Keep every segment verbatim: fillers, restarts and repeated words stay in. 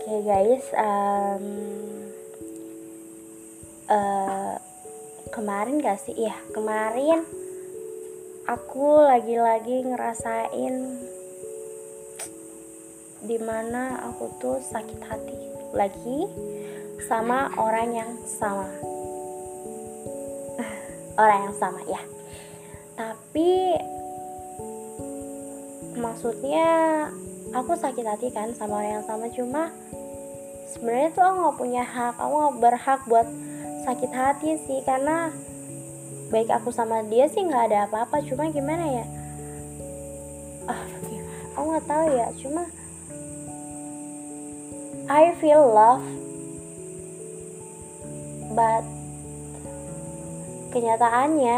Oke guys, um, uh, kemarin gak sih? Iya, kemarin aku lagi-lagi ngerasain dimana aku tuh sakit hati lagi sama orang yang sama. Orang yang sama ya. Tapi maksudnya aku sakit hati kan sama orang yang sama, cuma sebenarnya tuh aku nggak punya hak, aku nggak berhak buat sakit hati sih, karena baik aku sama dia sih nggak ada apa-apa, cuma gimana ya, ah aku nggak tahu ya, cuma I feel love but kenyataannya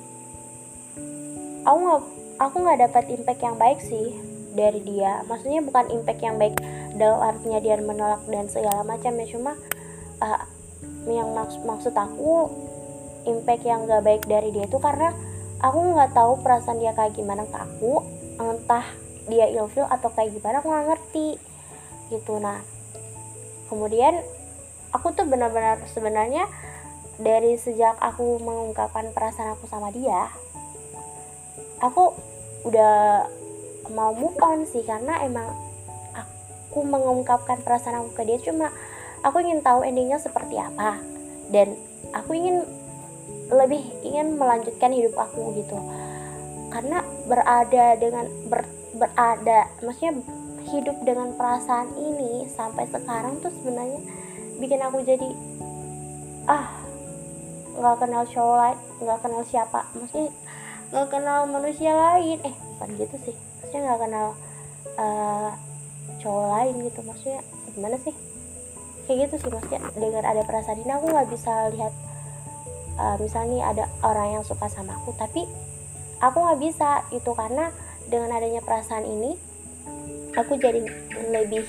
aku nggak aku nggak dapat impact yang baik sih dari dia. Maksudnya bukan impact yang baik dalam artinya dia menolak dan segala macam ya, cuma uh, yang maksud maksud aku impact yang gak baik dari dia itu karena aku nggak tahu perasaan dia kayak gimana ke aku, entah dia ilfil atau kayak gimana, aku nggak ngerti gitu. Nah kemudian aku tuh benar-benar sebenarnya dari sejak aku mengungkapkan perasaan aku sama dia, aku udah mau move on sih, karena emang aku mengungkapkan perasaan aku ke dia cuma aku ingin tahu endingnya seperti apa, dan aku ingin lebih ingin melanjutkan hidup aku gitu. Karena berada dengan ber, berada maksudnya hidup dengan perasaan ini sampai sekarang tuh sebenarnya bikin aku jadi ah nggak kenal cowok lain, nggak kenal siapa, maksudnya nggak kenal manusia lain, eh bukan gitu sih, maksudnya nggak kenal uh, cowok lain gitu, maksudnya gimana sih, kayak gitu sih. Maksudnya dengan ada perasaan ini aku nggak bisa lihat uh, misalnya ada orang yang suka sama aku tapi aku nggak bisa itu, karena dengan adanya perasaan ini aku jadi lebih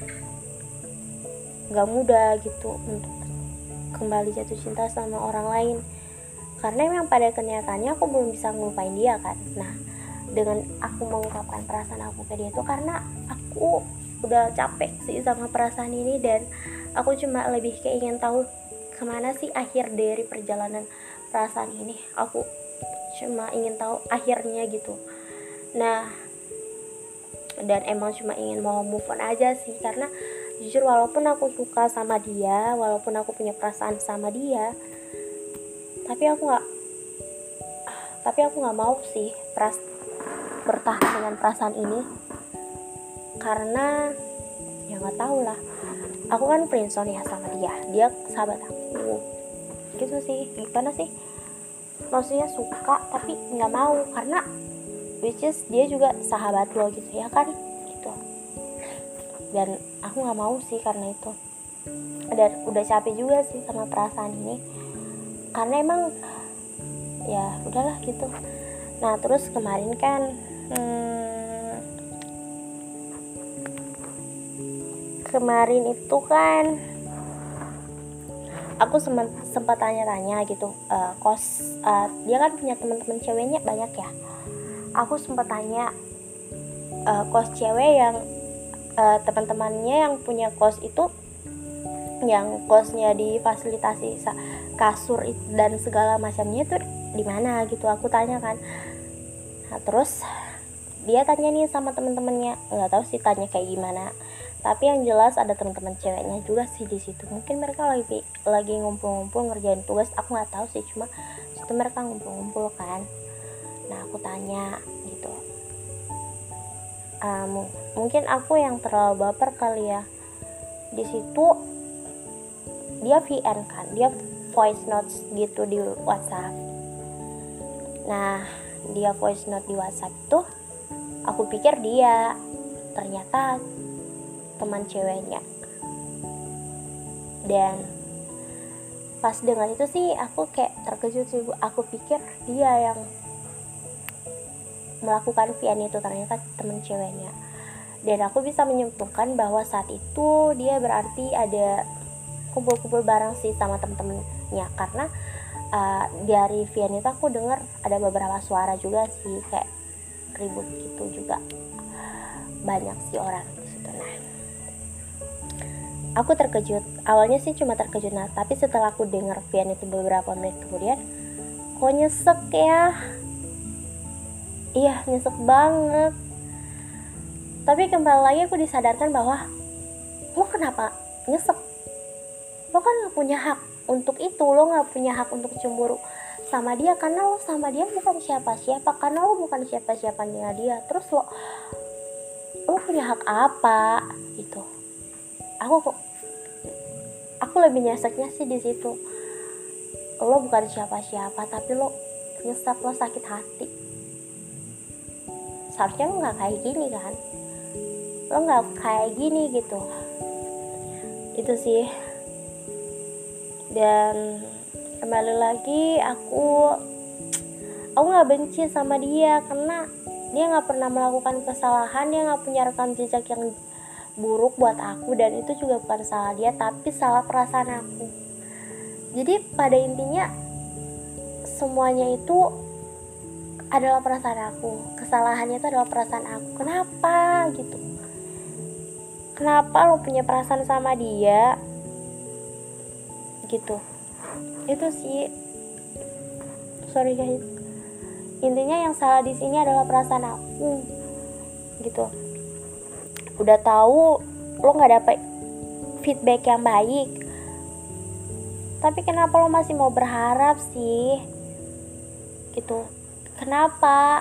nggak mudah gitu untuk kembali jatuh cinta sama orang lain, karena memang pada kenyataannya aku belum bisa ngelupain dia kan. Nah dengan aku mengungkapkan perasaan aku ke dia itu karena aku udah capek sih sama perasaan ini, dan aku cuma lebih kayak ingin tahu kemana sih akhir dari perjalanan perasaan ini, aku cuma ingin tahu akhirnya gitu. Nah dan emang cuma ingin mau move on aja sih, karena jujur walaupun aku suka sama dia, walaupun aku punya perasaan sama dia, tapi aku nggak tapi aku nggak mau sih peras bertahan dengan perasaan ini, karena ya nggak tahu lah, aku kan friendzone ya sama dia, dia sahabat aku gitu sih. Gimana sih, maksudnya suka tapi nggak mau, karena which is dia juga sahabat lo gitu ya kan gitu, dan aku nggak mau sih karena itu. Dan udah capek juga sih sama perasaan ini, karena emang ya udahlah gitu. Nah terus kemarin kan hmm, kemarin itu kan aku sempat sempat tanya-tanya gitu, uh, kos uh, dia kan punya teman-teman ceweknya banyak ya, aku sempat tanya uh, kos cewek yang uh, teman-temannya yang punya kos itu, yang kosnya difasilitasi kasur dan segala macamnya itu di mana gitu, aku tanya kan. Nah terus dia tanya nih sama teman-temannya, nggak tahu sih tanya kayak gimana, tapi yang jelas ada teman-teman ceweknya juga sih di situ. Mungkin mereka lagi lagi ngumpul-ngumpul ngerjain tugas, aku nggak tahu sih, cuma situ mereka ngumpul-ngumpul kan. Nah aku tanya gitu, um, mungkin aku yang terlalu baper kali ya. Di situ dia V N kan, dia voice notes gitu di WhatsApp. Nah dia voice note di WhatsApp tuh aku pikir dia, ternyata teman ceweknya. Dan pas dengar itu sih aku kayak terkejut sih, aku pikir dia yang melakukan V N itu, ternyata teman ceweknya. Dan aku bisa menyimpulkan bahwa saat itu dia berarti ada kumpul-kumpul bareng sih sama temen-temennya, karena uh, dari V N itu aku dengar ada beberapa suara juga sih, kayak ribut gitu juga, banyak sih orang di situ. Nah aku terkejut. Awalnya sih cuma terkejut, nah tapi setelah aku dengar Vian itu beberapa menit kemudian, kok nyesek ya. Iya, nyesek banget. Tapi kembali lagi aku disadarkan bahwa lo kenapa nyesek? Lo kan gak punya hak untuk itu. Lo gak punya hak untuk cemburu sama dia, karena lo sama dia bukan siapa-siapa, karena lo bukan siapa-siapanya dia. Terus lo lo punya hak apa gitu? Aku aku lebih nyeseknya sih di situ. Lo bukan siapa-siapa tapi lo nyesek, lo sakit hati. Seharusnya lo nggak kayak gini kan, lo nggak kayak gini gitu. Itu sih. Dan kembali lagi aku aku nggak benci sama dia karena dia nggak pernah melakukan kesalahan, dia nggak punya rekam jejak yang buruk buat aku, dan itu juga bukan salah dia tapi salah perasaan aku. Jadi pada intinya semuanya itu adalah perasaan aku, kesalahannya itu adalah perasaan aku. Kenapa gitu? Kenapa lo punya perasaan sama dia gitu? Itu sih, sorry guys, intinya yang salah di sini adalah perasaan aku gitu. Udah tahu lo nggak dapet feedback yang baik, tapi kenapa lo masih mau berharap sih gitu? Kenapa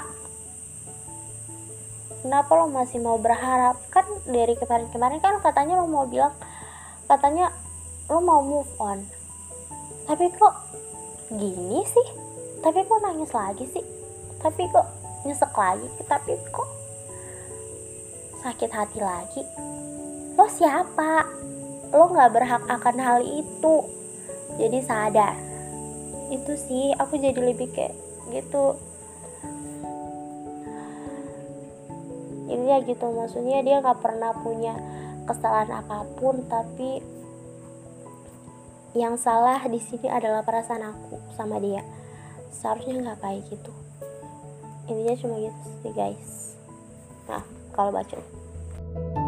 kenapa lo masih mau berharap? Kan dari kemarin-kemarin kan katanya lo mau bilang, katanya lo mau move on, tapi kok gini sih? Tapi kok nangis lagi sih? Tapi kok nyesek lagi? Tapi kok sakit hati lagi? Lo siapa? Lo gak berhak akan hal itu. Jadi sadar. Itu sih, aku jadi lebih kayak gitu. Jadi ya gitu, maksudnya dia gak pernah punya kesalahan apapun, tapi yang salah di sini adalah perasaan aku sama dia. Seharusnya gak kayak gitu. Intinya cuma gitu sih guys. Nah, kalau baca